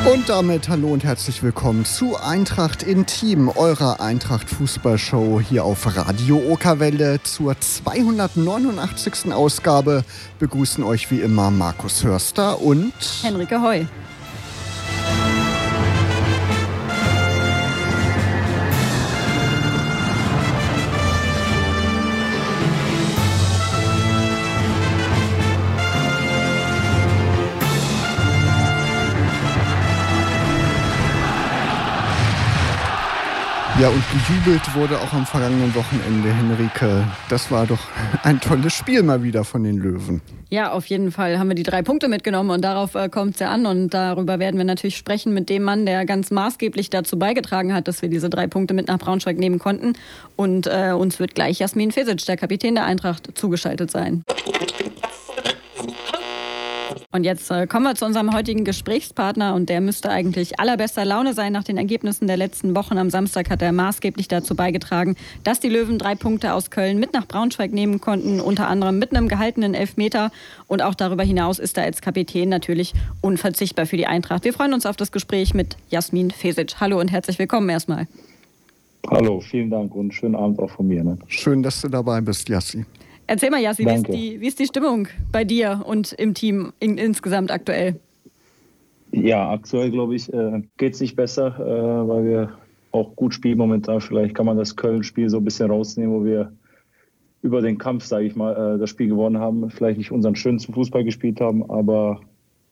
Und damit hallo und herzlich willkommen zu Eintracht Intim, eurer Eintracht-Fußballshow hier auf Radio Okerwelle. Zur 289. Ausgabe begrüßen euch wie immer Markus Hörster und Henrike Heu. Ja, und gejubelt wurde auch am vergangenen Wochenende, Henrike. Das war doch ein tolles Spiel mal wieder von den Löwen. Ja, auf jeden Fall haben wir die 3 Punkte mitgenommen und darauf kommt es ja an. Und darüber werden wir natürlich sprechen mit dem Mann, der ganz maßgeblich dazu beigetragen hat, dass wir diese 3 Punkte mit nach Braunschweig nehmen konnten. Und uns wird gleich Jasmin Fesic, der Kapitän der Eintracht, zugeschaltet sein. Und jetzt kommen wir zu unserem heutigen Gesprächspartner und der müsste eigentlich allerbester Laune sein nach den Ergebnissen der letzten Wochen. Am Samstag hat er maßgeblich dazu beigetragen, dass die Löwen 3 Punkte aus Köln mit nach Braunschweig nehmen konnten, unter anderem mit einem gehaltenen Elfmeter. Und auch darüber hinaus ist er als Kapitän natürlich unverzichtbar für die Eintracht. Wir freuen uns auf das Gespräch mit Jasmin Fesic. Hallo und herzlich willkommen erstmal. Hallo, vielen Dank und schönen Abend auch von mir. Ne? Schön, dass du dabei bist, Jassi. Erzähl mal, Jassi, wie ist die Stimmung bei dir und im Team insgesamt aktuell? Ja, aktuell glaube ich, geht es nicht besser, weil wir auch gut spielen momentan. Vielleicht kann man das Köln-Spiel so ein bisschen rausnehmen, wo wir über den Kampf, sage ich mal, das Spiel gewonnen haben. Vielleicht nicht unseren schönsten Fußball gespielt haben, aber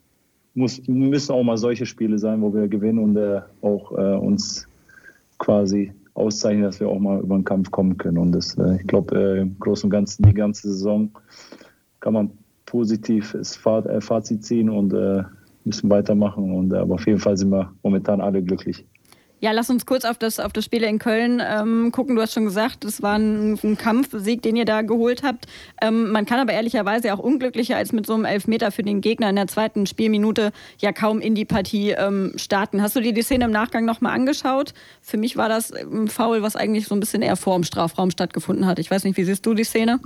müssen auch mal solche Spiele sein, wo wir gewinnen und auch uns quasi auszeichnen, dass wir auch mal über den Kampf kommen können. Und das, ich glaube, im Großen und Ganzen die ganze Saison kann man positiv das Fazit ziehen und müssen weitermachen. Aber auf jeden Fall sind wir momentan alle glücklich. Ja, lass uns kurz auf das Spiel in Köln gucken. Du hast schon gesagt, es war ein Kampfsieg, den ihr da geholt habt. Man kann aber ehrlicherweise auch unglücklicher als mit so einem Elfmeter für den Gegner in der 2. Spielminute ja kaum in die Partie starten. Hast du dir die Szene im Nachgang nochmal angeschaut? Für mich war das ein Foul, was eigentlich so ein bisschen eher vor dem Strafraum stattgefunden hat. Ich weiß nicht, wie siehst du die Szene?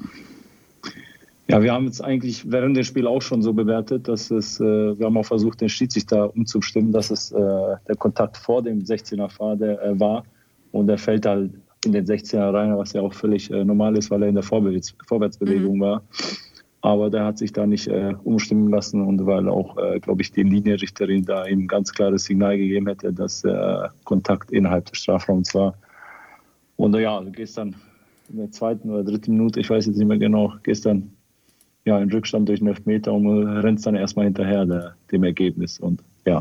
Ja, wir haben es eigentlich während des Spiels auch schon so bewertet, dass wir haben auch versucht, den Schiedsrichter umzustimmen, dass es der Kontakt vor dem 16er war und der fällt halt in den 16er rein, was ja auch völlig normal ist, weil er in der Vorwärtsbewegung war. Aber der hat sich da nicht umstimmen lassen und weil auch, glaube ich, die Linienrichterin da ihm ganz klares Signal gegeben hätte, dass Kontakt innerhalb des Strafraums war. Und ja, du gehst dann in der 2. oder 3. Minute, ich weiß jetzt nicht mehr genau, gehst dann in Rückstand durch den Elfmeter und rennst dann erstmal hinterher dem Ergebnis. Und ja,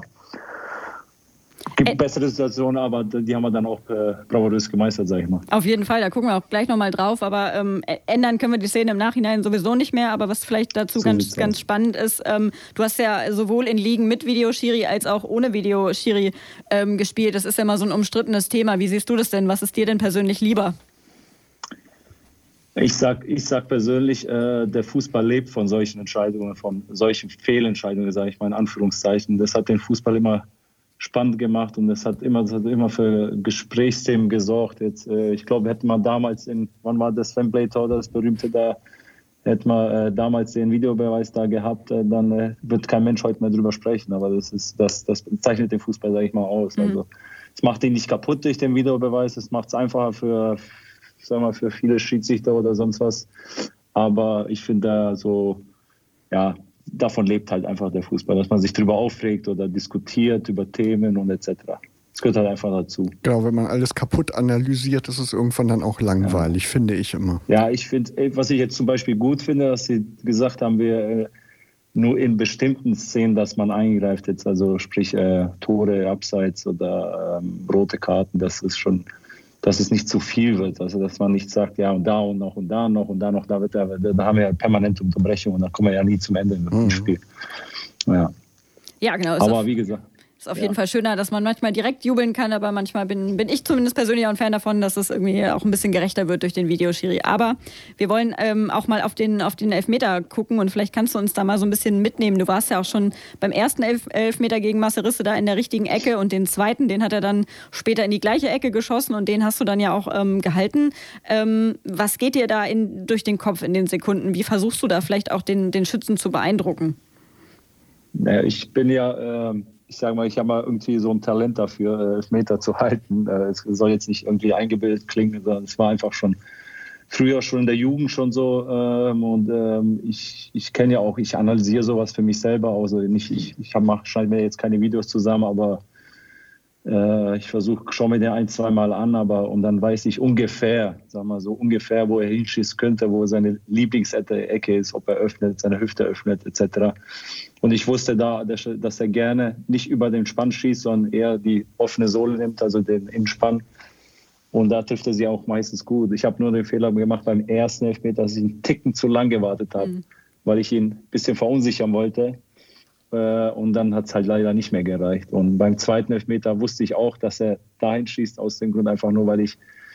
gibt bessere Situationen, aber die haben wir dann auch bravourös gemeistert, sag ich mal. Auf jeden Fall, da gucken wir auch gleich nochmal drauf. Aber ändern können wir die Szene im Nachhinein sowieso nicht mehr. Aber was vielleicht dazu so ganz spannend ist, du hast ja sowohl in Ligen mit Videoschiri als auch ohne Videoschiri gespielt. Das ist ja immer so ein umstrittenes Thema. Wie siehst du das denn? Was ist dir denn persönlich lieber? Ich sag persönlich, der Fußball lebt von solchen Entscheidungen, von solchen Fehlentscheidungen, sage ich mal in Anführungszeichen. Das hat den Fußball immer spannend gemacht und das hat immer für Gesprächsthemen gesorgt. Jetzt, ich glaube, hätte man damals wann war das Wembley-Tor, das berühmte, da hätte man damals den Videobeweis da gehabt, dann wird kein Mensch heute mehr drüber sprechen. Aber das zeichnet den Fußball, sage ich mal, aus. Also es macht ihn nicht kaputt durch den Videobeweis, es macht es einfacher für viele Schiedsrichter oder sonst was. Aber ich finde davon lebt halt einfach der Fußball, dass man sich darüber aufregt oder diskutiert über Themen und etc. Das gehört halt einfach dazu. Genau, wenn man alles kaputt analysiert, ist es irgendwann dann auch langweilig, finde ich immer. Ja, ich finde, was ich jetzt zum Beispiel gut finde, dass sie gesagt haben, wir nur in bestimmten Szenen, dass man eingreift jetzt, also sprich Tore, Abseits oder rote Karten, das ist schon, dass es nicht zu viel wird, also dass man nicht sagt, ja und da und noch und da noch und da noch, da haben wir ja permanente Unterbrechungen und da kommen wir ja nie zum Ende im Spiel. Ja, genau. Aber wie gesagt, ist auf jeden Fall schöner, dass man manchmal direkt jubeln kann, aber manchmal bin ich zumindest persönlich auch ein Fan davon, dass es irgendwie auch ein bisschen gerechter wird durch den Videoschiri. Aber wir wollen auch mal auf den Elfmeter gucken und vielleicht kannst du uns da mal so ein bisschen mitnehmen. Du warst ja auch schon beim ersten Elfmeter gegen Marcel Risse da in der richtigen Ecke und den zweiten, den hat er dann später in die gleiche Ecke geschossen und den hast du dann ja auch gehalten. Was geht dir da durch den Kopf in den Sekunden? Wie versuchst du da vielleicht auch den Schützen zu beeindrucken? Naja, ich bin ja ich sage mal, ich habe mal irgendwie so ein Talent dafür, Elfmeter zu halten. Es soll jetzt nicht irgendwie eingebildet klingen, sondern es war einfach schon früher schon in der Jugend schon so. Ich kenne ja auch, ich analysiere sowas für mich selber. Also schneide mir jetzt keine Videos zusammen, aber ich schaue mir den 1-2 Mal an, und dann weiß ich ungefähr, wo er hinschießen könnte, wo seine Lieblingsecke ist, ob er öffnet, seine Hüfte öffnet, etc. Und ich wusste dass er gerne nicht über den Spann schießt, sondern eher die offene Sohle nimmt, also den Innspann. Und da trifft er sie auch meistens gut. Ich habe nur den Fehler gemacht beim ersten Elfmeter, dass ich einen Ticken zu lang gewartet habe, weil ich ihn ein bisschen verunsichern wollte. Und dann hat es halt leider nicht mehr gereicht. Und beim zweiten Elfmeter wusste ich auch, dass er dahin schießt, aus dem Grund einfach nur, weil ich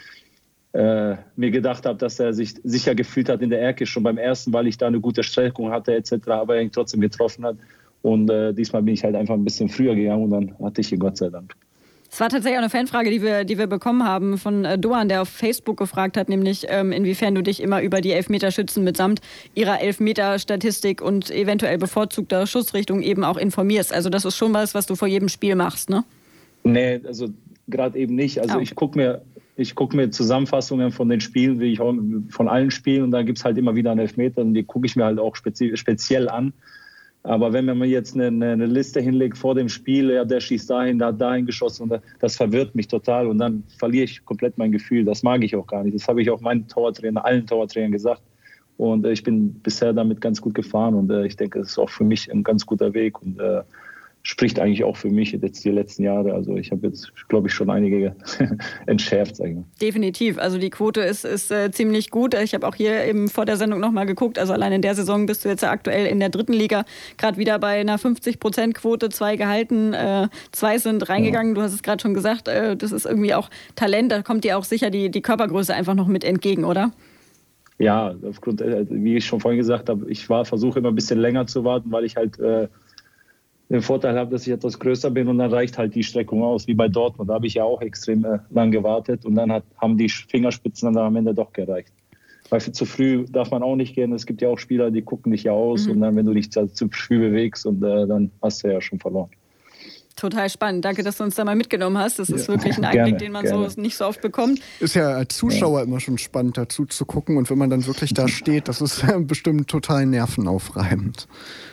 mir gedacht habe, dass er sich sicher gefühlt hat in der Ecke schon beim ersten, weil ich da eine gute Streckung hatte etc., aber er ihn trotzdem getroffen hat. Und diesmal bin ich halt einfach ein bisschen früher gegangen und dann hatte ich ihn Gott sei Dank. Es war tatsächlich auch eine Fanfrage, die wir bekommen haben von Doan, der auf Facebook gefragt hat, nämlich inwiefern du dich immer über die Elfmeterschützen mitsamt ihrer Elfmeter-Statistik und eventuell bevorzugter Schussrichtung eben auch informierst. Also das ist schon was du vor jedem Spiel machst, ne? Nee, also gerade eben nicht. Also ich guck mir Zusammenfassungen von den Spielen, von allen Spielen, und da gibt es halt immer wieder einen Elfmeter und die gucke ich mir halt auch speziell an. Aber wenn man mir jetzt eine Liste hinlegt vor dem Spiel, ja, der schießt dahin, der hat dahin geschossen, und das verwirrt mich total und dann verliere ich komplett mein Gefühl. Das mag ich auch gar nicht. Das habe ich auch allen Torwarttrainern gesagt. Und ich bin bisher damit ganz gut gefahren und ich denke, das ist auch für mich ein ganz guter Weg und spricht eigentlich auch für mich jetzt die letzten Jahre. Also ich habe jetzt, glaube ich, schon einige entschärft. Sag ich mal. Definitiv. Also die Quote ist ziemlich gut. Ich habe auch hier eben vor der Sendung nochmal geguckt. Also allein in der Saison bist du jetzt aktuell in der 3. Liga gerade wieder bei einer 50%-Quote, 2 gehalten, 2 sind reingegangen. Ja. Du hast es gerade schon gesagt, das ist irgendwie auch Talent. Da kommt dir auch sicher die Körpergröße einfach noch mit entgegen, oder? Ja, aufgrund, wie ich schon vorhin gesagt habe, versuche immer ein bisschen länger zu warten, weil ich halt den Vorteil habe, dass ich etwas größer bin und dann reicht halt die Streckung aus, wie bei Dortmund. Da habe ich ja auch extrem lang gewartet und dann haben die Fingerspitzen dann am Ende doch gereicht. Weil zu früh darf man auch nicht gehen. Es gibt ja auch Spieler, die gucken dich ja aus und dann, wenn du dich zu früh bewegst, und dann hast du ja schon verloren. Total spannend. Danke, dass du uns da mal mitgenommen hast. Das ist wirklich ein Einblick, den man so nicht so oft bekommt. Ist ja als Zuschauer immer schon spannend, dazu zu gucken. Und wenn man dann wirklich da steht, das ist bestimmt total nervenaufreibend.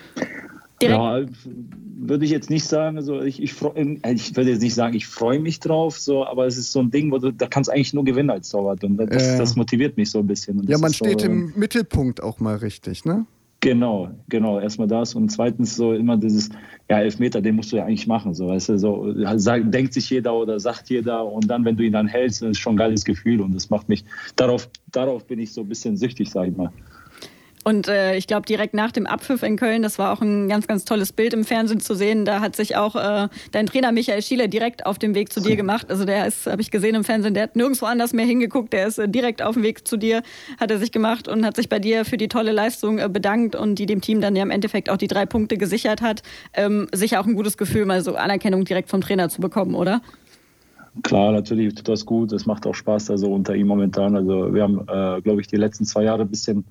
Ja, würde ich jetzt nicht sagen. Also ich würde jetzt nicht sagen, ich freue mich drauf, so, aber es ist so ein Ding, da kannst du eigentlich nur gewinnen als Torwart. Und das motiviert mich so ein bisschen. Und ja, man steht so, im Mittelpunkt auch mal richtig, ne? Genau. Erstmal das und zweitens so immer dieses, ja, Elfmeter, den musst du ja eigentlich machen, so, weißt du, so denkt sich jeder oder sagt jeder und dann, wenn du ihn dann hältst, das ist schon ein geiles Gefühl und das macht mich, darauf bin ich so ein bisschen süchtig, sag ich mal. Und ich glaube, direkt nach dem Abpfiff in Köln, das war auch ein ganz, ganz tolles Bild im Fernsehen zu sehen. Da hat sich auch dein Trainer Michael Schiele direkt auf dem Weg zu dir gemacht. Also der ist, habe ich gesehen im Fernsehen, der hat nirgendwo anders mehr hingeguckt. Der ist direkt auf dem Weg zu dir, hat er sich gemacht und hat sich bei dir für die tolle Leistung bedankt und die dem Team dann ja im Endeffekt auch die 3 Punkte gesichert hat. Sicher auch ein gutes Gefühl, mal so Anerkennung direkt vom Trainer zu bekommen, oder? Klar, natürlich tut das gut. Es macht auch Spaß, also unter ihm momentan. Also wir haben, glaube ich, die letzten 2 Jahre ein bisschen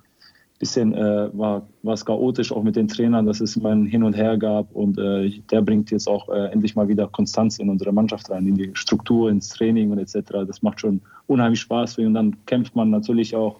war es chaotisch, auch mit den Trainern, dass es immer ein Hin und Her gab. Und der bringt jetzt auch endlich mal wieder Konstanz in unsere Mannschaft rein, in die Struktur, ins Training und etc. Das macht schon unheimlich Spaß. Und dann kämpft man natürlich auch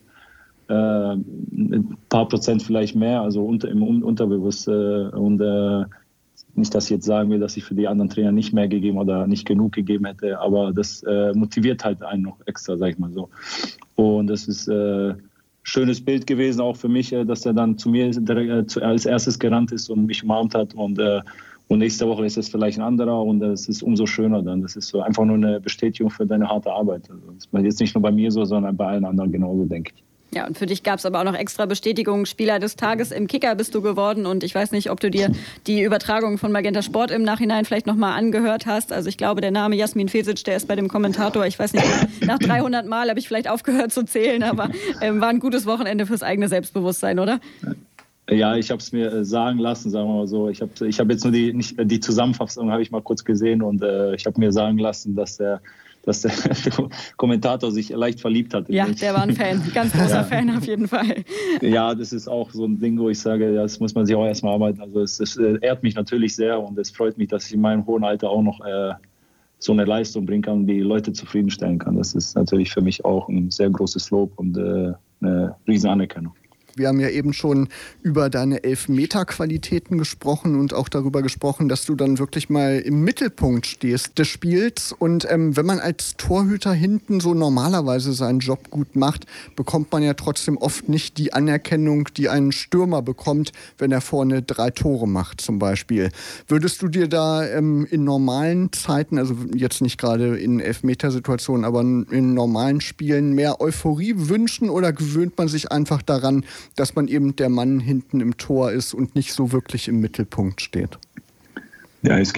ein paar Prozent vielleicht mehr, also im Unterbewusstsein. Und nicht, dass ich jetzt sagen will, dass ich für die anderen Trainer nicht mehr gegeben oder nicht genug gegeben hätte, aber das motiviert halt einen noch extra, sag ich mal so. Und das ist schönes Bild gewesen, auch für mich, dass er dann zu mir als erstes gerannt ist und mich umarmt hat. Und nächste Woche ist es vielleicht ein anderer und es ist umso schöner dann. Das ist so einfach nur eine Bestätigung für deine harte Arbeit. Also das ist jetzt nicht nur bei mir so, sondern bei allen anderen genauso, denke ich. Ja, und für dich gab es aber auch noch extra Bestätigungen. Spieler des Tages im Kicker bist du geworden. Und ich weiß nicht, ob du dir die Übertragung von Magenta Sport im Nachhinein vielleicht nochmal angehört hast. Also ich glaube, der Name Jasmin Fesic, der ist bei dem Kommentator, ich weiß nicht, nach 300 Mal habe ich vielleicht aufgehört zu zählen. Aber war ein gutes Wochenende fürs eigene Selbstbewusstsein, oder? Ja, ich habe es mir sagen lassen, sagen wir mal so. Ich hab jetzt nur die Zusammenfassung habe ich mal kurz gesehen und ich habe mir sagen lassen, dass der dass der Kommentator sich leicht verliebt hat. Ja, der war ein Fan, ganz großer Fan auf jeden Fall. Ja, das ist auch so ein Ding, wo ich sage, das muss man sich auch erstmal arbeiten. Also es ehrt mich natürlich sehr und es freut mich, dass ich in meinem hohen Alter auch noch so eine Leistung bringen kann, die Leute zufriedenstellen kann. Das ist natürlich für mich auch ein sehr großes Lob und eine riesen Anerkennung. Wir haben ja eben schon über deine Elfmeter-Qualitäten gesprochen und auch darüber gesprochen, dass du dann wirklich mal im Mittelpunkt stehst des Spiels. Und wenn man als Torhüter hinten so normalerweise seinen Job gut macht, bekommt man ja trotzdem oft nicht die Anerkennung, die ein Stürmer bekommt, wenn er vorne 3 Tore macht zum Beispiel. Würdest du dir da in normalen Zeiten, also jetzt nicht gerade in Elfmetersituationen, aber in normalen Spielen mehr Euphorie wünschen oder gewöhnt man sich einfach daran, dass man eben der Mann hinten im Tor ist und nicht so wirklich im Mittelpunkt steht? Ja, es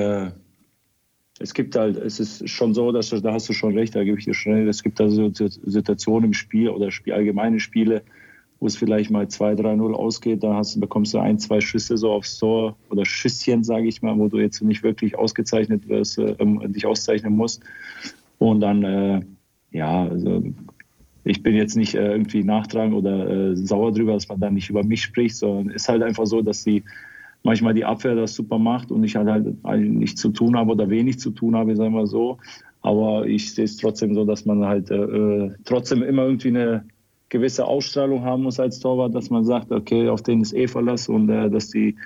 ist schon so, dass da hast du schon recht, da gebe ich dir schon recht. Es gibt also Situationen im Spiel oder allgemeine Spiele, wo es vielleicht mal 2-3-0 ausgeht, da bekommst du 1-2 Schüsse so aufs Tor oder Schüsschen, sage ich mal, wo du jetzt nicht wirklich ausgezeichnet wirst, dich auszeichnen musst. Und dann, also ich bin jetzt nicht irgendwie nachtragend oder sauer drüber, dass man dann nicht über mich spricht, sondern es ist halt einfach so, dass manchmal die Abwehr das super macht und ich halt nichts zu tun habe oder wenig zu tun habe, sagen wir so. Aber ich sehe es trotzdem so, dass man halt trotzdem immer irgendwie eine gewisse Ausstrahlung haben muss als Torwart, dass man sagt, okay, auf den ist Verlass und dass die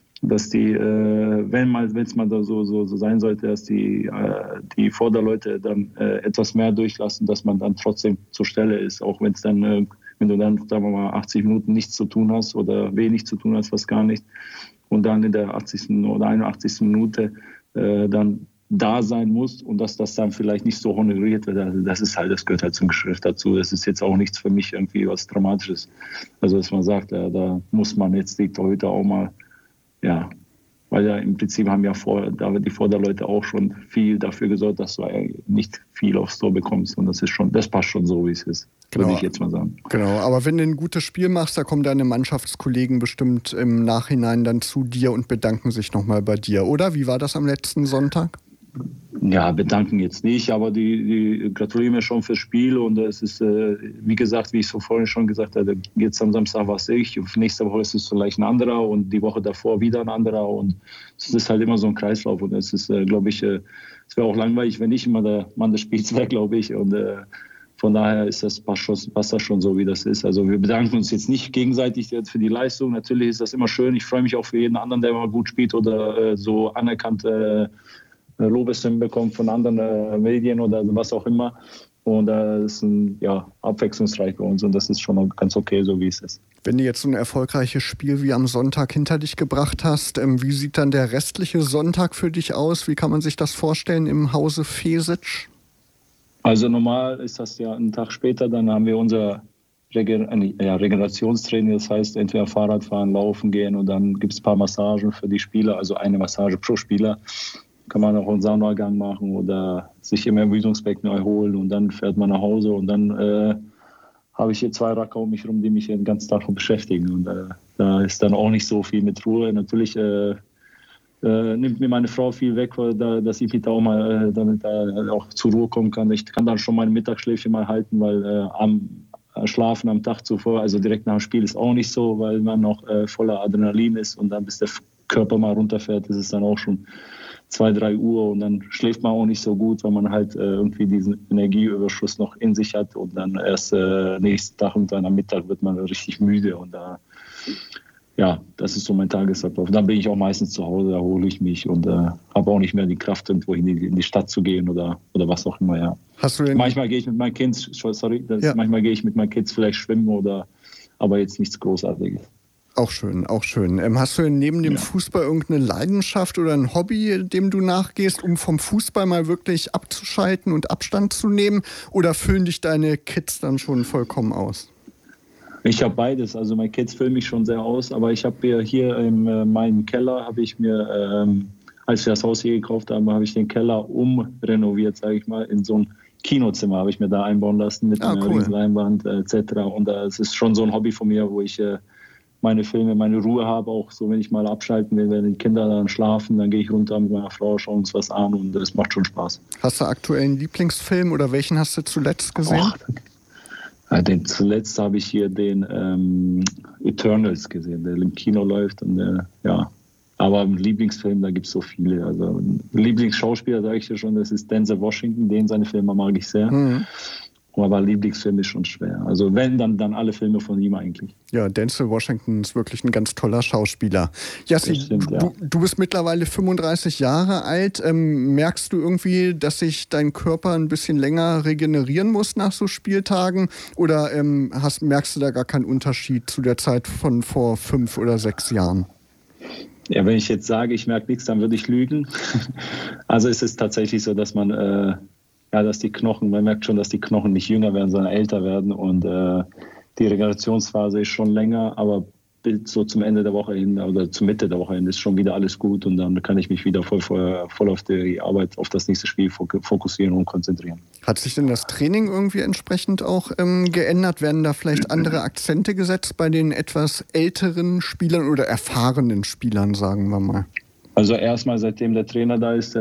wenn es mal so sein sollte, dass die Vorderleute dann etwas mehr durchlassen, dass man dann trotzdem zur Stelle ist, auch wenn es dann, wenn du dann, sagen wir mal, 80 Minuten nichts zu tun hast oder wenig zu tun hast, fast gar nicht, und dann in der 80. oder 81. Minute dann da sein musst und dass das dann vielleicht nicht so honoriert wird, also das gehört halt zum Geschäft dazu. Das ist jetzt auch nichts für mich irgendwie was Dramatisches. Also dass man sagt, da muss man jetzt die Torhüter auch mal, ja, weil ja im Prinzip haben ja die Vorderleute auch schon viel dafür gesorgt, dass du nicht viel aufs Tor bekommst. Und das passt schon so, wie es ist, würde ich jetzt mal sagen. Genau, aber wenn du ein gutes Spiel machst, da kommen deine Mannschaftskollegen bestimmt im Nachhinein dann zu dir und bedanken sich nochmal bei dir, oder? Wie war das am letzten Sonntag? Ja, bedanken jetzt nicht, aber die gratulieren mir schon fürs Spiel und es ist, wie gesagt, wie ich so vorhin schon gesagt habe, jetzt am Samstag war es ich, und nächste Woche ist es vielleicht ein anderer und die Woche davor wieder ein anderer und es ist halt immer so ein Kreislauf und es ist, glaube ich, es wäre auch langweilig, wenn ich immer der Mann des Spiels wäre, glaube ich, und von daher passt das schon so, wie das ist. Also wir bedanken uns jetzt nicht gegenseitig für die Leistung, natürlich ist das immer schön, ich freue mich auch für jeden anderen, der immer gut spielt oder so anerkannt Lobeshymnen bekommt von anderen Medien oder was auch immer. Und das ist abwechslungsreich bei uns und das ist schon ganz okay, so wie es ist. Wenn du jetzt so ein erfolgreiches Spiel wie am Sonntag hinter dich gebracht hast, wie sieht dann der restliche Sonntag für dich aus? Wie kann man sich das vorstellen im Hause Fesic? Also normal ist das ja einen Tag später, dann haben wir unser Regenerationstraining, das heißt entweder Fahrradfahren, laufen gehen und dann gibt es ein paar Massagen für die Spieler, also eine Massage pro Spieler. Kann man auch einen Saunagang machen oder sich im Ermüdungsbecken erholen und dann fährt man nach Hause und dann habe ich hier 2 Racker um mich herum, die mich den ganzen Tag beschäftigen und da ist dann auch nicht so viel mit Ruhe. Natürlich nimmt mir meine Frau viel weg, dass ich mich da auch mal damit auch zur Ruhe kommen kann. Ich kann dann schon meine Mittagsschläfchen mal halten, weil am Schlafen am Tag zuvor, also direkt nach dem Spiel ist auch nicht so, weil man noch voller Adrenalin ist und dann bis der Körper mal runterfährt, ist es dann auch schon 2-3 Uhr und dann schläft man auch nicht so gut, weil man halt irgendwie diesen Energieüberschuss noch in sich hat und dann erst nächsten Tag und dann am Mittag wird man richtig müde und das ist so mein Tagesablauf. Dann bin ich auch meistens zu Hause, da erhole ich mich und habe auch nicht mehr die Kraft, irgendwo in die Stadt zu gehen oder was auch immer, ja. Manchmal gehe ich mit meinen Kids, manchmal gehe ich mit meinen Kids vielleicht schwimmen aber jetzt nichts Großartiges. Auch schön, auch schön. Hast du neben dem Fußball irgendeine Leidenschaft oder ein Hobby, dem du nachgehst, um vom Fußball mal wirklich abzuschalten und Abstand zu nehmen? Oder füllen dich deine Kids dann schon vollkommen aus? Ich habe beides. Also meine Kids füllen mich schon sehr aus. Aber ich habe hier in meinem Keller, habe ich mir, als wir das Haus hier gekauft haben, habe ich den Keller umrenoviert, sage ich mal, in so ein Kinozimmer habe ich mir da einbauen lassen mit einer Riesenleinwand etc. Und es ist schon so ein Hobby von mir, wo ich meine Filme, meine Ruhe habe, auch so, wenn ich mal abschalten will, wenn die Kinder dann schlafen, dann gehe ich runter mit meiner Frau, schauen uns was an und das macht schon Spaß. Hast du aktuell einen Lieblingsfilm oder welchen hast du zuletzt gesehen? Zuletzt habe ich hier den Eternals gesehen, der im Kino läuft und aber im Lieblingsfilm, da gibt es so viele. Also Lieblingsschauspieler, sage ich dir schon, das ist Denzel Washington, seine Filme mag ich sehr. Mhm. Aber Lieblingsfilm ist schon schwer. Also wenn, dann alle Filme von ihm eigentlich. Ja, Denzel Washington ist wirklich ein ganz toller Schauspieler. Jassi, du bist mittlerweile 35 Jahre alt. Merkst du irgendwie, dass sich dein Körper ein bisschen länger regenerieren muss nach so Spieltagen? Oder merkst du da gar keinen Unterschied zu der Zeit von vor 5 oder 6 Jahren? Ja, wenn ich jetzt sage, ich merke nichts, dann würde ich lügen. Also es ist tatsächlich so, dass man... dass die Knochen, man merkt schon, dass die Knochen nicht jünger werden, sondern älter werden und die Regenerationsphase ist schon länger, aber so zum Ende der Woche hin oder zur Mitte der Woche hin ist schon wieder alles gut und dann kann ich mich wieder voll auf die Arbeit, auf das nächste Spiel fokussieren und konzentrieren. Hat sich denn das Training irgendwie entsprechend auch geändert? Werden da vielleicht andere Akzente gesetzt bei den etwas älteren Spielern oder erfahrenen Spielern, sagen wir mal? Also erstmal, seitdem der Trainer da ist,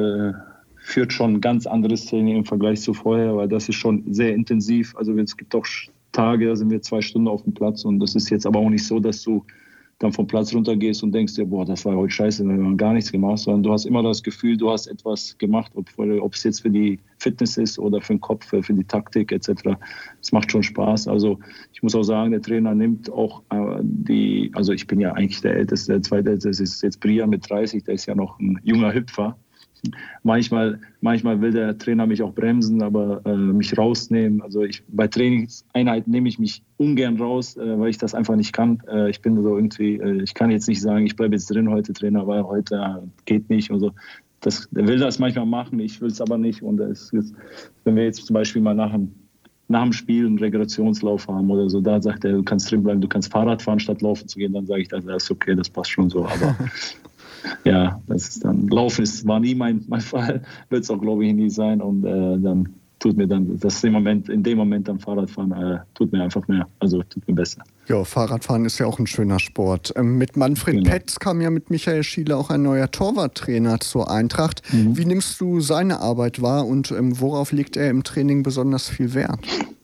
führt schon ein ganz anderes Training im Vergleich zu vorher, weil das ist schon sehr intensiv. Also es gibt auch Tage, da sind wir 2 Stunden auf dem Platz und das ist jetzt aber auch nicht so, dass du dann vom Platz runtergehst und denkst dir, boah, das war heute scheiße, wir haben gar nichts gemacht, sondern du hast immer das Gefühl, du hast etwas gemacht, ob es jetzt für die Fitness ist oder für den Kopf, für die Taktik etc. Es macht schon Spaß. Also ich muss auch sagen, der Trainer nimmt auch also ich bin ja eigentlich der Älteste, der Zweitälteste ist jetzt Brian mit 30, der ist ja noch ein junger Hüpfer. Manchmal will der Trainer mich auch bremsen, aber mich rausnehmen. Also bei Trainingseinheiten nehme ich mich ungern raus, weil ich das einfach nicht kann. Ich bin so irgendwie, ich kann jetzt nicht sagen, ich bleibe jetzt drin heute Trainer, weil heute geht nicht und so. Der will das manchmal machen, ich will es aber nicht. Und wenn wir jetzt zum Beispiel mal nach dem Spiel einen Regulationslauf haben oder so, da sagt er, du kannst drin bleiben, du kannst Fahrrad fahren, statt laufen zu gehen, dann sage ich, das ist okay, das passt schon so. Aber ja, das ist dann, Laufen war nie mein Fall, wird es auch, glaube ich, nie sein. Und dann tut mir dann in dem Moment dann Fahrradfahren tut mir einfach mehr, also tut mir besser. Ja, Fahrradfahren ist ja auch ein schöner Sport. Mit Manfred Petz kam ja mit Michael Schiele auch ein neuer Torwarttrainer zur Eintracht. Mhm. Wie nimmst du seine Arbeit wahr und worauf legt er im Training besonders viel Wert?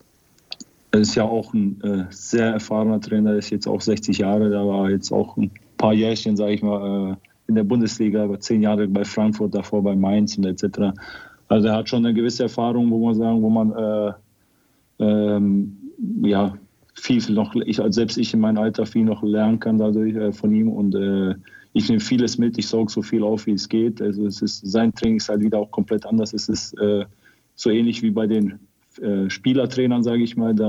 Er ist ja auch ein sehr erfahrener Trainer, er ist jetzt auch 60 Jahre, da war jetzt auch ein paar Jährchen, sage ich mal, in der Bundesliga, aber 10 Jahre bei Frankfurt, davor bei Mainz und etc. Also er hat schon eine gewisse Erfahrung, wo man viel noch, selbst ich in meinem Alter viel noch lernen kann dadurch von ihm und ich nehme vieles mit, ich sauge so viel auf, wie es geht. Also sein Training ist halt wieder auch komplett anders. Es ist so ähnlich wie bei den Spielertrainern, sage ich mal,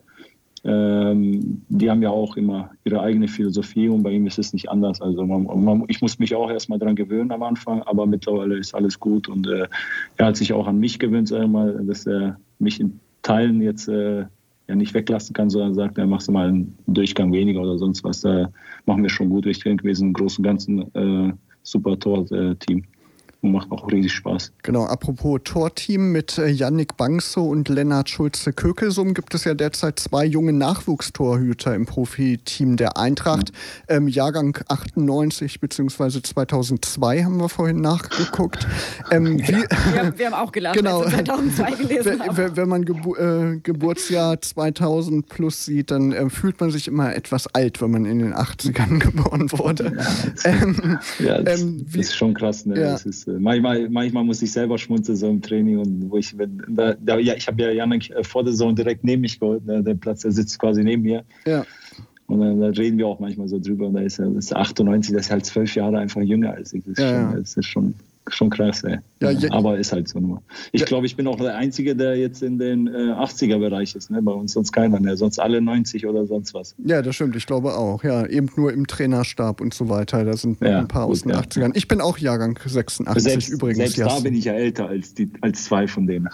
die haben ja auch immer ihre eigene Philosophie und bei ihm ist es nicht anders. Also ich muss mich auch erstmal dran gewöhnen am Anfang, aber mittlerweile ist alles gut und er hat sich auch an mich gewöhnt, sag ich mal, dass er mich in Teilen jetzt nicht weglassen kann, sondern sagt, machst du mal einen Durchgang weniger oder sonst was. Da machen wir schon gut. Ich denke, wir sind im Großen und Ganzen super Tor-Team. Und macht auch riesig Spaß. Genau, apropos Torteam mit Yannick Bangso und Lennart Schulze-Kökelsum gibt es ja derzeit 2 junge Nachwuchstorhüter im Profiteam der Eintracht. Jahrgang 98 bzw. 2002 haben wir vorhin nachgeguckt. Wir haben auch gelacht, genau, als wir 2002 gelesen haben. Wenn man Geburtsjahr 2000 plus sieht, dann fühlt man sich immer etwas alt, wenn man in den 80ern geboren wurde. Das ist schon krass, ne? Ja. Das ist, manchmal muss ich selber schmunzeln so im Training und wo ich habe ja Yannick vor der Saison direkt neben mich geholt, ne? Der Platz, der sitzt quasi neben mir. Ja. Und dann da reden wir auch manchmal so drüber und da ist 98, das ist halt 12 Jahre einfach jünger als ich. Das ist schon krass, ey. Aber ist halt so nur. Ich glaube, ich bin auch der Einzige, der jetzt in den 80er-Bereich ist, ne? Bei uns sonst keiner mehr, sonst alle 90 oder sonst was. Ja, das stimmt, ich glaube auch. Ja, eben nur im Trainerstab und so weiter. Da sind noch ein paar aus den 80ern. Ich bin auch Jahrgang 86 übrigens. Selbst da bin ich ja älter als 2 von denen.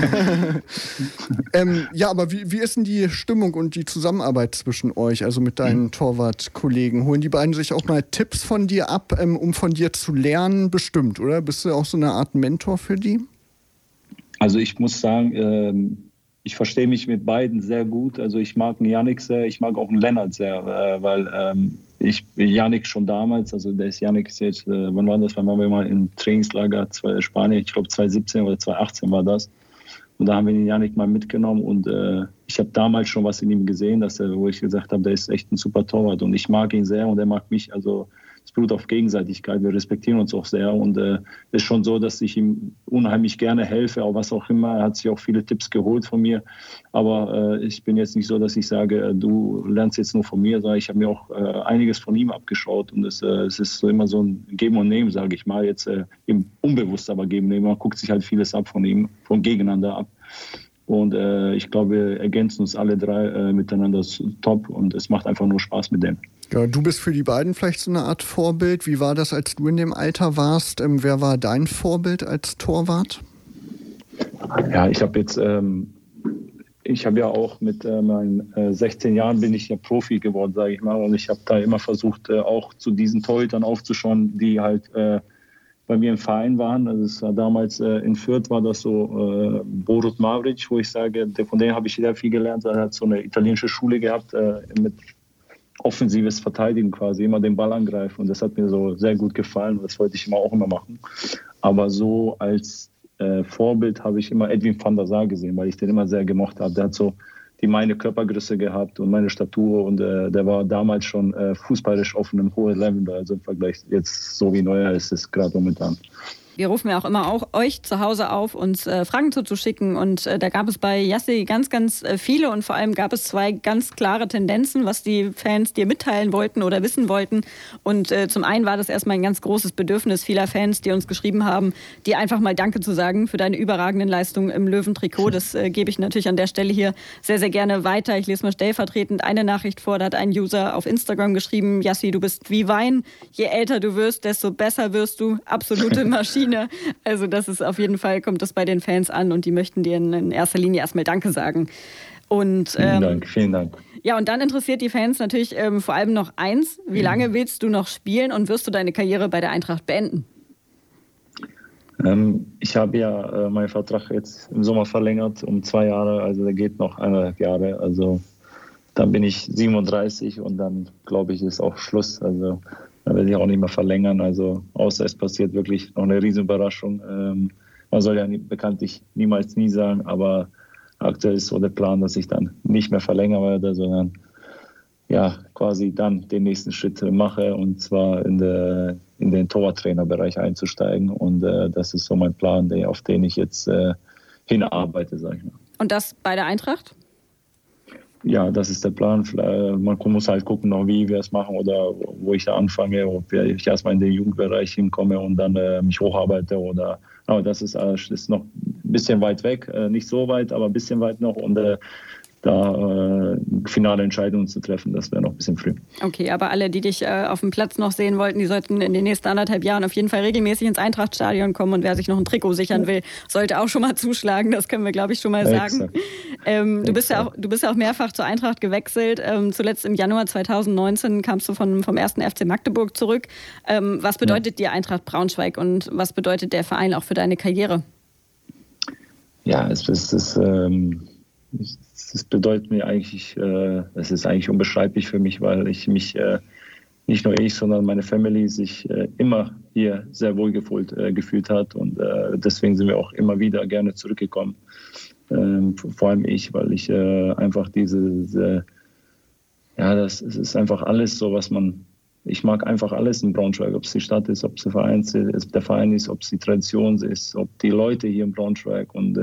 Aber wie ist denn die Stimmung und die Zusammenarbeit zwischen euch, also mit deinen Torwartkollegen? Holen die beiden sich auch mal Tipps von dir ab, um von dir zu lernen? Bestimmt, oder? Bist du auch so eine Art Mentor für die? Also ich muss sagen, ich verstehe mich mit beiden sehr gut. Also ich mag einen Yannick sehr, ich mag auch einen Lennart sehr, weil ich Yannick schon damals, also Yannick ist jetzt, wann war das? Wann waren wir mal im Trainingslager Spanien? Ich glaube 2017 oder 2018 war das. Und da haben wir den Yannick mal mitgenommen und ich habe damals schon was in ihm gesehen, wo ich gesagt habe, der ist echt ein super Torwart und ich mag ihn sehr und er mag mich. Also es beruht auf Gegenseitigkeit, wir respektieren uns auch sehr und es ist schon so, dass ich ihm unheimlich gerne helfe, auch was auch immer. Er hat sich auch viele Tipps geholt von mir, aber ich bin jetzt nicht so, dass ich sage, du lernst jetzt nur von mir, sondern ich habe mir auch einiges von ihm abgeschaut und es ist immer so ein Geben und Nehmen, sage ich mal, jetzt unbewusst aber Geben und Nehmen. Man guckt sich halt vieles ab von ihm, von gegeneinander ab. Und ich glaube, wir ergänzen uns alle drei miteinander top und es macht einfach nur Spaß mit denen. Ja, du bist für die beiden vielleicht so eine Art Vorbild. Wie war das, als du in dem Alter warst? Wer war dein Vorbild als Torwart? Ja, ich habe ja auch mit meinen 16 Jahren bin ich ja Profi geworden, sage ich mal. Und ich habe da immer versucht, auch zu diesen Torhütern aufzuschauen, die halt bei mir im Verein waren. Also es war damals in Fürth war das so Borut Mavric, wo ich sage, von dem habe ich sehr viel gelernt. Er hat so eine italienische Schule gehabt mit offensives Verteidigen quasi, immer den Ball angreifen. Und das hat mir so sehr gut gefallen und das wollte ich auch immer machen. Aber so als Vorbild habe ich immer Edwin van der Sar gesehen, weil ich den immer sehr gemocht habe. Der hat so meine Körpergröße gehabt und meine Statur und der war damals schon fußballisch auf einem hohen Level, also im Vergleich jetzt so wie Neuer ist es gerade momentan. Wir rufen ja auch immer euch zu Hause auf, uns Fragen zuzuschicken. Und da gab es bei Yassi ganz, ganz viele. Und vor allem gab es 2 ganz klare Tendenzen, was die Fans dir mitteilen wollten oder wissen wollten. Und zum einen war das erstmal ein ganz großes Bedürfnis vieler Fans, die uns geschrieben haben, dir einfach mal Danke zu sagen für deine überragenden Leistungen im Löwentrikot. Das gebe ich natürlich an der Stelle hier sehr, sehr gerne weiter. Ich lese mal stellvertretend eine Nachricht vor. Da hat ein User auf Instagram geschrieben, Yassi, du bist wie Wein. Je älter du wirst, desto besser wirst du. Absolute Maschine. Also das ist auf jeden Fall, kommt das bei den Fans an und die möchten dir in erster Linie erstmal Danke sagen. Und, vielen Dank. Ja, und dann interessiert die Fans natürlich vor allem noch eins. Wie lange willst du noch spielen und wirst du deine Karriere bei der Eintracht beenden? Ich habe ja meinen Vertrag jetzt im Sommer verlängert um 2 Jahre, also der geht noch 1,5 Jahre. Also dann bin ich 37 und dann glaube ich, ist auch Schluss. Also da werde ich auch nicht mehr verlängern. Also außer es passiert wirklich noch eine Riesenüberraschung. Man soll ja bekanntlich niemals nie sagen, aber aktuell ist so der Plan, dass ich dann nicht mehr verlängern werde, sondern ja quasi dann den nächsten Schritt mache und zwar in den Torwarttrainerbereich einzusteigen. Und das ist so mein Plan, auf den ich jetzt hinarbeite, sage ich mal. Und das bei der Eintracht? Ja, das ist der Plan. Man muss halt gucken, noch wie wir es machen oder wo ich da anfange, ob ich erstmal in den Jugendbereich hinkomme und dann mich hocharbeite. Aber das ist noch ein bisschen weit weg, nicht so weit, aber ein bisschen weit noch. Und da finale Entscheidungen zu treffen, das wäre noch ein bisschen früh. Okay, aber alle, die dich auf dem Platz noch sehen wollten, die sollten in den nächsten 1,5 Jahren auf jeden Fall regelmäßig ins Eintrachtstadion kommen und wer sich noch ein Trikot sichern will, sollte auch schon mal zuschlagen, das können wir, glaube ich, schon mal sagen. Du bist ja auch mehrfach zur Eintracht gewechselt, zuletzt im Januar 2019 kamst du vom 1. FC Magdeburg zurück. Was bedeutet dir Eintracht Braunschweig und was bedeutet der Verein auch für deine Karriere? Ja, es bedeutet mir eigentlich, es ist eigentlich unbeschreiblich für mich, weil ich mich, nicht nur ich, sondern meine Family sich immer hier sehr wohl gefühlt hat und deswegen sind wir auch immer wieder gerne zurückgekommen. Vor allem ich, weil ich einfach das ist einfach alles so, ich mag einfach alles in Braunschweig, ob es die Stadt ist, ob es der Verein ist, ob es die Tradition ist, ob die Leute hier in Braunschweig und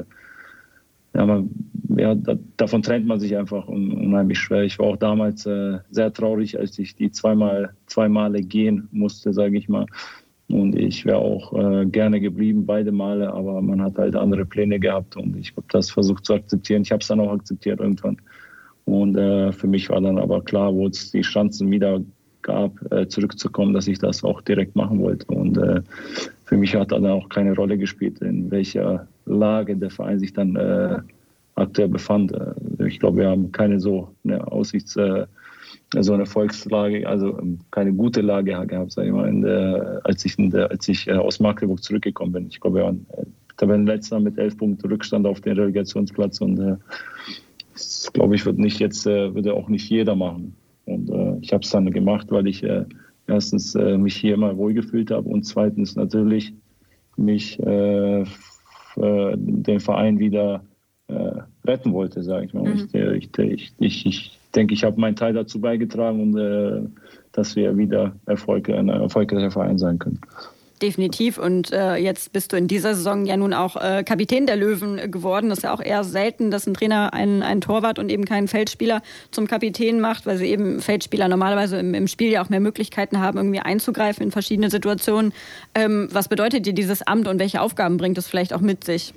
davon trennt man sich einfach unheimlich schwer. Ich war auch damals sehr traurig, als ich die zwei Male gehen musste, sage ich mal. Und ich wäre auch gerne geblieben, beide Male, aber man hat halt andere Pläne gehabt und ich habe das versucht zu akzeptieren. Ich habe es dann auch akzeptiert irgendwann. Und für mich war dann aber klar, wo es die Chancen wieder gab, zurückzukommen, dass ich das auch direkt machen wollte. Und für mich hat dann auch keine Rolle gespielt, in welcher Lage der Verein sich dann aktuell befand. Ich glaube, wir haben keine so eine so eine Erfolgslage, also keine gute Lage gehabt, sage ich mal, als ich aus Magdeburg zurückgekommen bin. Ich glaube, wir waren Tabellenletzter mit 11 Punkten Rückstand auf den Relegationsplatz. Und das, glaube ich, würde auch nicht jeder machen. Und ich habe es dann gemacht, weil ich erstens mich hier immer wohlgefühlt habe und zweitens natürlich mich den Verein wieder retten wollte, sage ich mal. Ich denke, ich habe meinen Teil dazu beigetragen und dass wir wieder ein erfolgreicher Verein sein können. Definitiv. Und jetzt bist du in dieser Saison ja nun auch Kapitän der Löwen geworden. Das ist ja auch eher selten, dass ein Trainer einen Torwart und eben keinen Feldspieler zum Kapitän macht, weil sie eben Feldspieler normalerweise im Spiel ja auch mehr Möglichkeiten haben, irgendwie einzugreifen in verschiedene Situationen. Was bedeutet dir dieses Amt und welche Aufgaben bringt es vielleicht auch mit sich?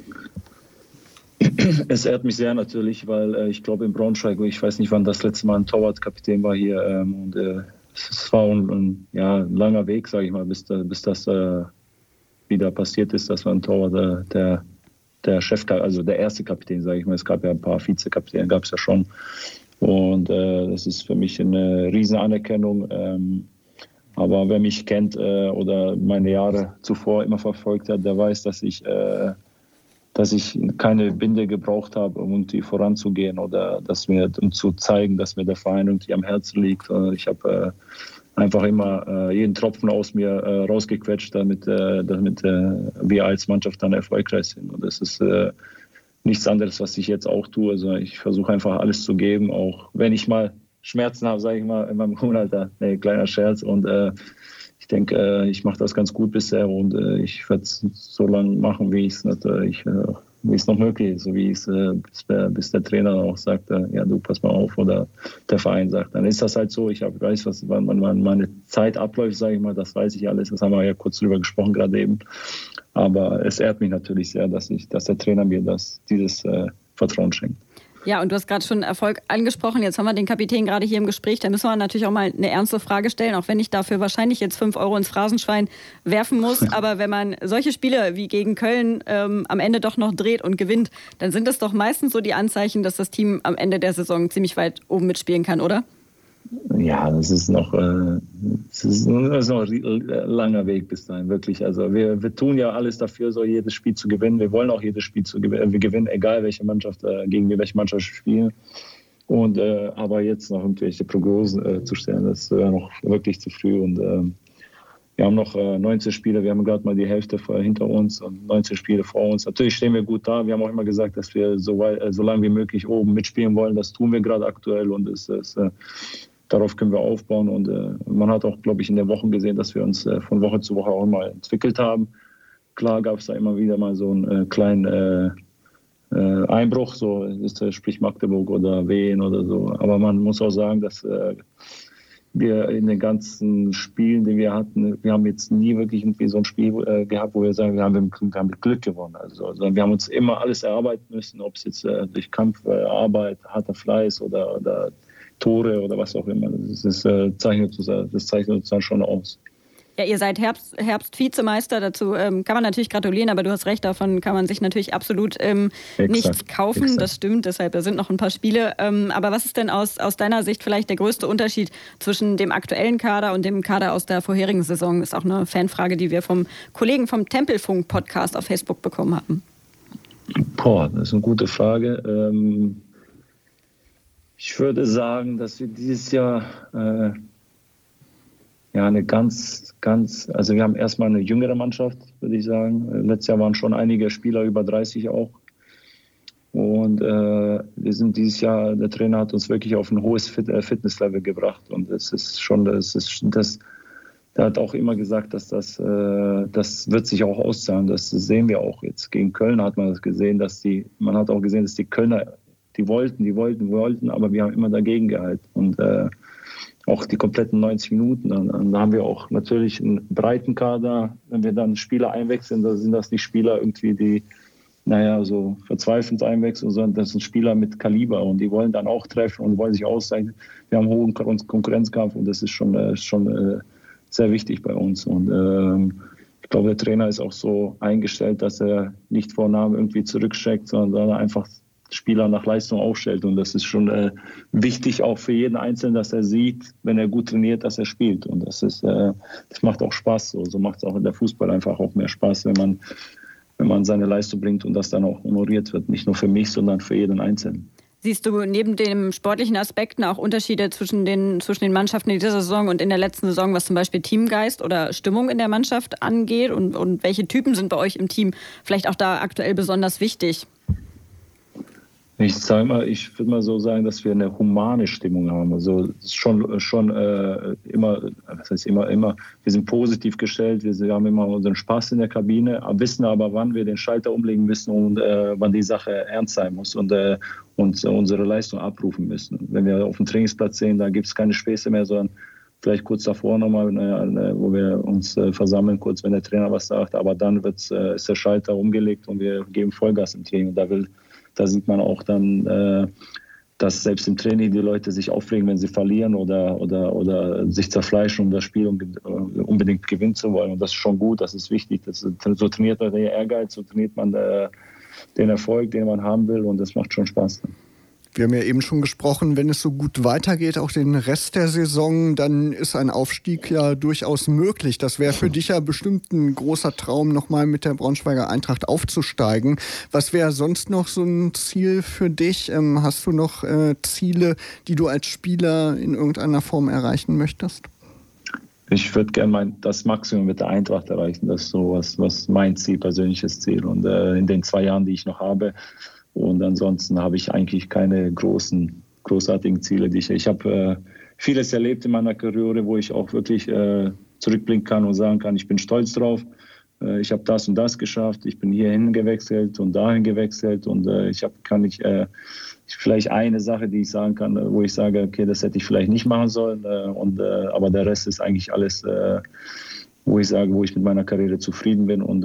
Es ehrt mich sehr natürlich, weil ich glaube in Braunschweig, ich weiß nicht, wann das letzte Mal ein Torwartkapitän war hier und es war ein langer Weg, sage ich mal, bis das wieder passiert ist, dass man ein Torwart der Chef, also der erste Kapitän, sage ich mal. Es gab ja ein paar Vizekapitäne, gab es ja schon. Und das ist für mich eine riesen Anerkennung. Aber wer mich kennt oder meine Jahre zuvor immer verfolgt hat, der weiß, dass ich keine Binde gebraucht habe, um irgendwie voranzugehen oder um zu zeigen, dass mir der Verein irgendwie am Herzen liegt. Ich habe einfach immer jeden Tropfen aus mir rausgequetscht, damit wir als Mannschaft dann erfolgreich sind. Und das ist nichts anderes, was ich jetzt auch tue. Also ich versuche einfach alles zu geben, auch wenn ich mal Schmerzen habe, sage ich mal, in meinem hohen Alter. Nee, kleiner Scherz. Und ich denke, ich mache das ganz gut bisher und ich werde es so lange machen, wie es noch möglich ist, so wie es bis der Trainer auch sagt, ja du pass mal auf, oder der Verein sagt, dann ist das halt so. Ich weiß, wann meine Zeit abläuft, sage ich mal, das weiß ich alles. Das haben wir ja kurz drüber gesprochen gerade eben. Aber es ehrt mich natürlich sehr, dass der Trainer mir dieses Vertrauen schenkt. Ja, und du hast gerade schon Erfolg angesprochen. Jetzt haben wir den Kapitän gerade hier im Gespräch. Da müssen wir natürlich auch mal eine ernste Frage stellen, auch wenn ich dafür wahrscheinlich jetzt 5 Euro ins Phrasenschwein werfen muss. Aber wenn man solche Spiele wie gegen Köln am Ende doch noch dreht und gewinnt, dann sind das doch meistens so die Anzeichen, dass das Team am Ende der Saison ziemlich weit oben mitspielen kann, oder? Ja, das ist noch ein langer Weg bis dahin, wirklich. Also wir tun ja alles dafür, so jedes Spiel zu gewinnen. Wir wollen auch jedes Spiel wir gewinnen, egal welche Mannschaft, gegen welche Mannschaft wir spielen. Und aber jetzt noch irgendwelche Prognosen zu stellen, das wäre noch wirklich zu früh. Und wir haben noch 19 Spiele, wir haben gerade mal die Hälfte hinter uns und 19 Spiele vor uns. Natürlich stehen wir gut da. Wir haben auch immer gesagt, dass wir so lange wie möglich oben mitspielen wollen. Das tun wir gerade aktuell und darauf können wir aufbauen. Und man hat auch, glaube ich, in den Wochen gesehen, dass wir uns von Woche zu Woche auch immer entwickelt haben. Klar gab es da immer wieder mal so einen kleinen Einbruch, so sprich Magdeburg oder Wien oder so. Aber man muss auch sagen, dass wir in den ganzen Spielen, die wir hatten, wir haben jetzt nie wirklich irgendwie so ein Spiel gehabt, wo wir sagen, wir haben mit Glück gewonnen. Also wir haben uns immer alles erarbeiten müssen, ob es jetzt durch Kampf, Arbeit, harter Fleiß oder Tore oder was auch immer. Das zeichnet uns dann schon aus. Ja, ihr seid Herbst-Vizemeister, dazu kann man natürlich gratulieren, aber du hast recht, davon kann man sich natürlich absolut nichts kaufen. Exakt. Das stimmt, deshalb da sind noch ein paar Spiele. Aber was ist denn aus deiner Sicht vielleicht der größte Unterschied zwischen dem aktuellen Kader und dem Kader aus der vorherigen Saison? Das ist auch eine Fanfrage, die wir vom Kollegen vom Tempelfunk-Podcast auf Facebook bekommen haben. Das ist eine gute Frage. Ich würde sagen, dass wir dieses Jahr eine also wir haben erstmal eine jüngere Mannschaft, würde ich sagen. Letztes Jahr waren schon einige Spieler über 30 auch. Und wir sind dieses Jahr, der Trainer hat uns wirklich auf ein hohes Fitnesslevel gebracht. Und der hat auch immer gesagt, dass das wird sich auch auszahlen. Das sehen wir auch jetzt. Gegen Köln hat man das gesehen, man hat auch gesehen, dass die Kölner, die wollten, aber wir haben immer dagegen gehalten. Und auch die kompletten 90 Minuten. Dann haben wir auch natürlich einen breiten Kader. Wenn wir dann Spieler einwechseln, dann sind das nicht Spieler irgendwie, die so verzweifelt einwechseln, sondern das sind Spieler mit Kaliber und die wollen dann auch treffen und wollen sich auszeichnen. Wir haben einen hohen Konkurrenzkampf und das ist schon sehr wichtig bei uns. Und ich glaube, der Trainer ist auch so eingestellt, dass er nicht vor Namen irgendwie zurückschreckt, sondern einfach Spieler nach Leistung aufstellt. Und das ist schon wichtig auch für jeden Einzelnen, dass er sieht, wenn er gut trainiert, dass er spielt. Und das macht auch Spaß. So macht es auch in der Fußball einfach auch mehr Spaß, wenn man wenn man seine Leistung bringt und das dann auch honoriert wird. Nicht nur für mich, sondern für jeden Einzelnen. Siehst du neben den sportlichen Aspekten auch Unterschiede zwischen den Mannschaften in dieser Saison und in der letzten Saison, was zum Beispiel Teamgeist oder Stimmung in der Mannschaft angeht? Und welche Typen sind bei euch im Team vielleicht auch da aktuell besonders wichtig? Ich würde mal so sagen, dass wir eine humane Stimmung haben. Also schon immer, was heißt immer, wir sind positiv gestellt, wir haben immer unseren Spaß in der Kabine, wissen aber, wann wir den Schalter umlegen müssen und wann die Sache ernst sein muss und unsere Leistung abrufen müssen. Wenn wir auf dem Trainingsplatz sehen, da gibt es keine Späße mehr, sondern vielleicht kurz davor nochmal, wo wir uns versammeln, kurz, wenn der Trainer was sagt, aber dann ist der Schalter umgelegt und wir geben Vollgas im Training. Und da sieht man auch dann, dass selbst im Training die Leute sich aufregen, wenn sie verlieren oder sich zerfleischen, um das Spiel unbedingt gewinnen zu wollen. Und das ist schon gut, das ist wichtig. So trainiert man den Ehrgeiz, so trainiert man den Erfolg, den man haben will, und das macht schon Spaß. Wir haben ja eben schon gesprochen, wenn es so gut weitergeht, auch den Rest der Saison, dann ist ein Aufstieg ja durchaus möglich. Das wäre für dich ja bestimmt ein großer Traum, nochmal mit der Braunschweiger Eintracht aufzusteigen. Was wäre sonst noch so ein Ziel für dich? Hast du noch Ziele, die du als Spieler in irgendeiner Form erreichen möchtest? Ich würde gerne das Maximum mit der Eintracht erreichen. Das ist so was mein persönliches Ziel. Und in den 2 Jahren, die ich noch habe. Und ansonsten habe ich eigentlich keine großartigen Ziele. Ich habe vieles erlebt in meiner Karriere, wo ich auch wirklich zurückblicken kann und sagen kann, ich bin stolz drauf. Ich habe das und das geschafft. Ich bin hierhin gewechselt und dahin gewechselt. Und vielleicht eine Sache, die ich sagen kann, wo ich sage, okay, das hätte ich vielleicht nicht machen sollen. Aber der Rest ist eigentlich alles, wo ich mit meiner Karriere zufrieden bin und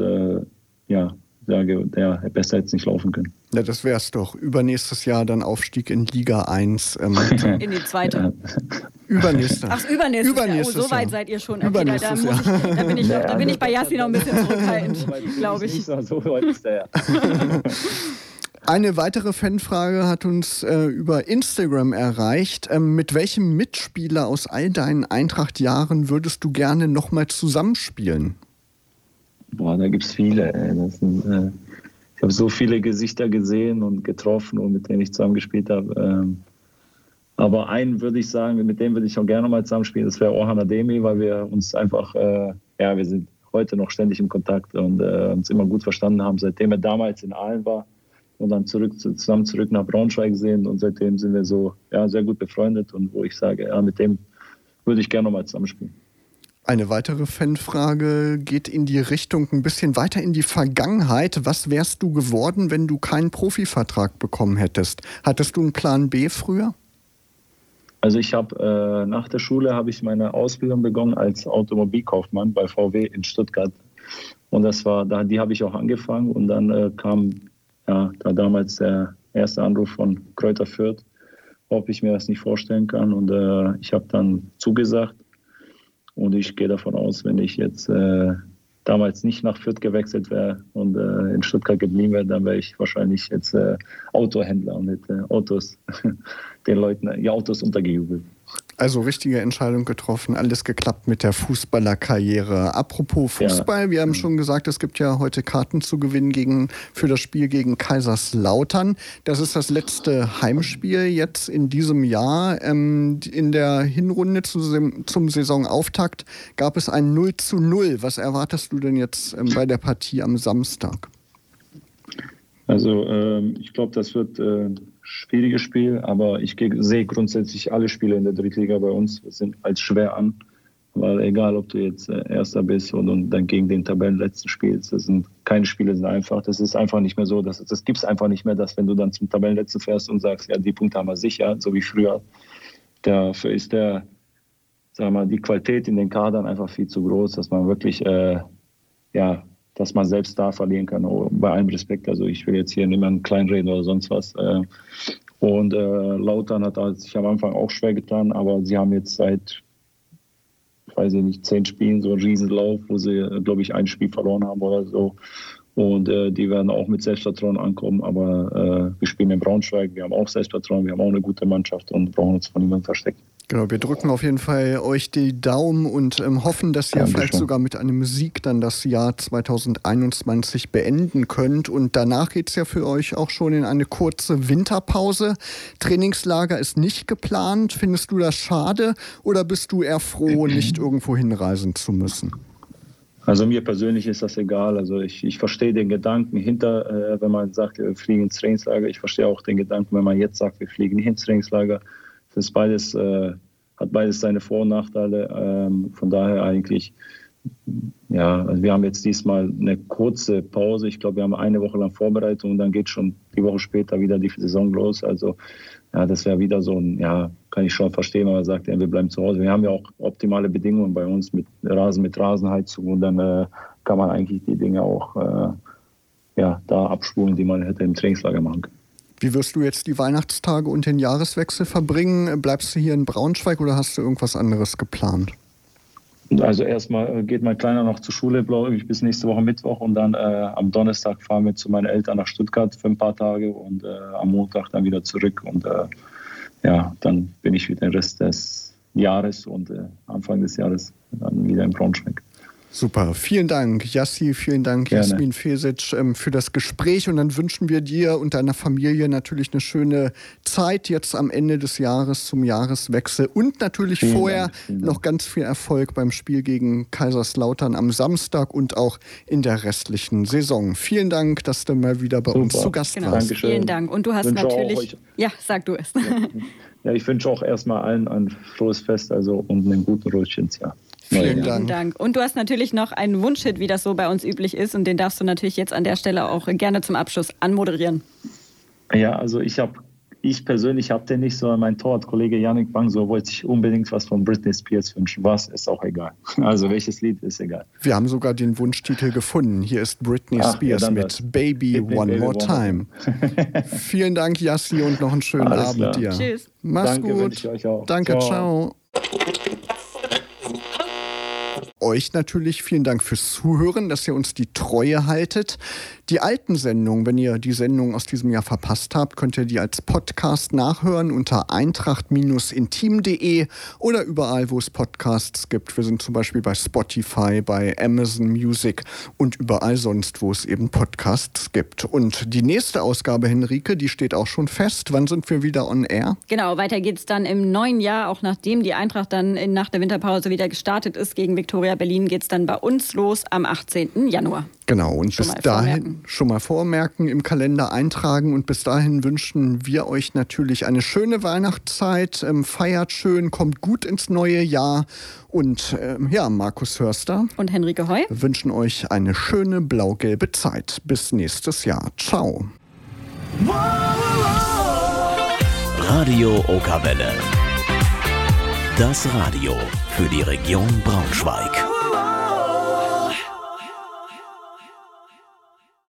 sage, besser hätte es nicht laufen können. Ja, das wär's doch. Übernächstes Jahr dann Aufstieg in Liga 1. In die zweite. Ja. Übernächstes. Ach, übernächstes Jahr. So weit seid ihr schon. Okay, da bin ich bei Jasmin noch ein bisschen zurückhaltend, glaube ich. So weit ist der. Eine weitere Fanfrage hat uns über Instagram erreicht. Mit welchem Mitspieler aus all deinen Eintracht-Jahren würdest du gerne nochmal zusammenspielen? Boah, da gibt es viele. Ich habe so viele Gesichter gesehen und getroffen, und mit denen ich zusammengespielt habe. Aber einen würde ich sagen, mit dem würde ich auch gerne mal zusammenspielen, das wäre Orhan Ademi, weil wir uns einfach, wir sind heute noch ständig im Kontakt und uns immer gut verstanden haben, seitdem er damals in Aalen war und dann zusammen zurück nach Braunschweig sind, und seitdem sind wir so sehr gut befreundet, und wo ich sage, mit dem würde ich gerne mal zusammenspielen. Eine weitere Fanfrage geht in die Richtung ein bisschen weiter in die Vergangenheit. Was wärst du geworden, wenn du keinen Profivertrag bekommen hättest? Hattest du einen Plan B früher? Also ich habe nach der Schule habe ich meine Ausbildung begonnen als Automobilkaufmann bei VW in Stuttgart. Und die habe ich auch angefangen, und dann kam da damals der erste Anruf von Kräuter Fürth, ob ich mir das nicht vorstellen kann. Und ich habe dann zugesagt. Und ich gehe davon aus, wenn ich jetzt damals nicht nach Fürth gewechselt wäre und in Stuttgart geblieben wäre, dann wäre ich wahrscheinlich jetzt Autohändler und hätte den Leuten die Autos untergejubelt. Also richtige Entscheidung getroffen, alles geklappt mit der Fußballerkarriere. Apropos Fußball, wir haben schon gesagt, es gibt ja heute Karten zu gewinnen für das Spiel gegen Kaiserslautern. Das ist das letzte Heimspiel jetzt in diesem Jahr. In der Hinrunde zum Saisonauftakt gab es ein 0:0. Was erwartest du denn jetzt bei der Partie am Samstag? Also ich glaube, das wird schwieriges Spiel, aber ich sehe grundsätzlich alle Spiele in der Drittliga bei uns sind als schwer an, weil egal, ob du jetzt Erster bist und dann gegen den Tabellenletzten spielst, keine Spiele sind einfach. Das ist einfach nicht mehr so, das gibt es einfach nicht mehr, dass wenn du dann zum Tabellenletzten fährst und sagst, ja, die Punkte haben wir sicher, so wie früher, dafür ist die Qualität in den Kadern einfach viel zu groß, dass man wirklich, dass man selbst da verlieren kann, bei allem Respekt. Also ich will jetzt hier niemanden kleinreden oder sonst was. Und Lautern hat sich am Anfang auch schwer getan, aber sie haben jetzt seit, 10 Spielen so einen Riesenlauf, wo sie, glaube ich, ein Spiel verloren haben oder so. Und die werden auch mit Selbstvertrauen ankommen, aber wir spielen in Braunschweig, wir haben auch Selbstvertrauen, wir haben auch eine gute Mannschaft und brauchen uns von niemandem verstecken. Genau, wir drücken auf jeden Fall euch die Daumen und hoffen, dass ihr vielleicht sogar mit einer Musik dann das Jahr 2021 beenden könnt. Und danach geht es ja für euch auch schon in eine kurze Winterpause. Trainingslager ist nicht geplant. Findest du das schade oder bist du eher froh, nicht irgendwo hinreisen zu müssen? Also mir persönlich ist das egal. Also ich verstehe den Gedanken hinter, wenn man sagt, wir fliegen ins Trainingslager. Ich verstehe auch den Gedanken, wenn man jetzt sagt, wir fliegen nicht ins Trainingslager. Das ist beides, hat beides seine Vor- und Nachteile. Von daher eigentlich, ja, also wir haben jetzt diesmal eine kurze Pause. Ich glaube, wir haben eine Woche lang Vorbereitung und dann geht schon die Woche später wieder die Saison los. Also ja, das wäre wieder so ein, ja, kann ich schon verstehen, wenn man sagt, ja, wir bleiben zu Hause. Wir haben ja auch optimale Bedingungen bei uns mit Rasenheizung und dann kann man eigentlich die Dinge auch da abspulen, die man hätte im Trainingslager machen können. Wie wirst du jetzt die Weihnachtstage und den Jahreswechsel verbringen? Bleibst du hier in Braunschweig oder hast du irgendwas anderes geplant? Also erstmal geht mein Kleiner noch zur Schule, glaube ich, bis nächste Woche Mittwoch und dann am Donnerstag fahren wir zu meinen Eltern nach Stuttgart für ein paar Tage und am Montag dann wieder zurück und dann bin ich für den Rest des Jahres und Anfang des Jahres dann wieder in Braunschweig. Super, vielen Dank Yassi, vielen Dank Gerne. Jasmin Fesic für das Gespräch und dann wünschen wir dir und deiner Familie natürlich eine schöne Zeit jetzt am Ende des Jahres zum Jahreswechsel und natürlich vorher noch ganz viel Erfolg beim Spiel gegen Kaiserslautern am Samstag und auch in der restlichen Saison. Vielen Dank, dass du mal wieder bei uns zu Gast warst. Dankeschön. Vielen Dank und du hast natürlich... Ja, sag du es. Ja, ich wünsche auch erstmal allen ein frohes Fest und einen guten Rutsch ins Jahr. Vielen Dank. Und du hast natürlich noch einen Wunschhit, wie das so bei uns üblich ist. Und den darfst du natürlich jetzt an der Stelle auch gerne zum Abschluss anmoderieren. Ja, also ich persönlich habe den nicht, sondern mein Torwartkollege Yannick Bangso wollte sich unbedingt was von Britney Spears wünschen. Was, ist auch egal. Also welches Lied, ist egal. Wir haben sogar den Wunschtitel gefunden. Hier ist Britney Spears mit Baby One More Time. Vielen Dank, Yassi, und noch einen schönen Abend dir. Tschüss. Mach's Danke, gut. ich euch auch. Danke, ciao. Euch natürlich vielen Dank fürs Zuhören, dass ihr uns die Treue haltet. Die alten Sendungen, wenn ihr die Sendung aus diesem Jahr verpasst habt, könnt ihr die als Podcast nachhören unter eintracht-intim.de oder überall, wo es Podcasts gibt. Wir sind zum Beispiel bei Spotify, bei Amazon Music und überall sonst, wo es eben Podcasts gibt. Und die nächste Ausgabe, Henrike, die steht auch schon fest. Wann sind wir wieder on air? Genau, weiter geht's dann im neuen Jahr, auch nachdem die Eintracht dann nach der Winterpause wieder gestartet ist gegen Viktoria Berlin, geht's dann bei uns los am 18. Januar. Genau, und bis dahin schon mal vormerken, im Kalender eintragen und bis dahin wünschen wir euch natürlich eine schöne Weihnachtszeit, feiert schön, kommt gut ins neue Jahr und Markus Hörster und Henrike Heu wünschen euch eine schöne blau-gelbe Zeit. Bis nächstes Jahr. Ciao. Radio Okerwelle. Das Radio für die Region Braunschweig.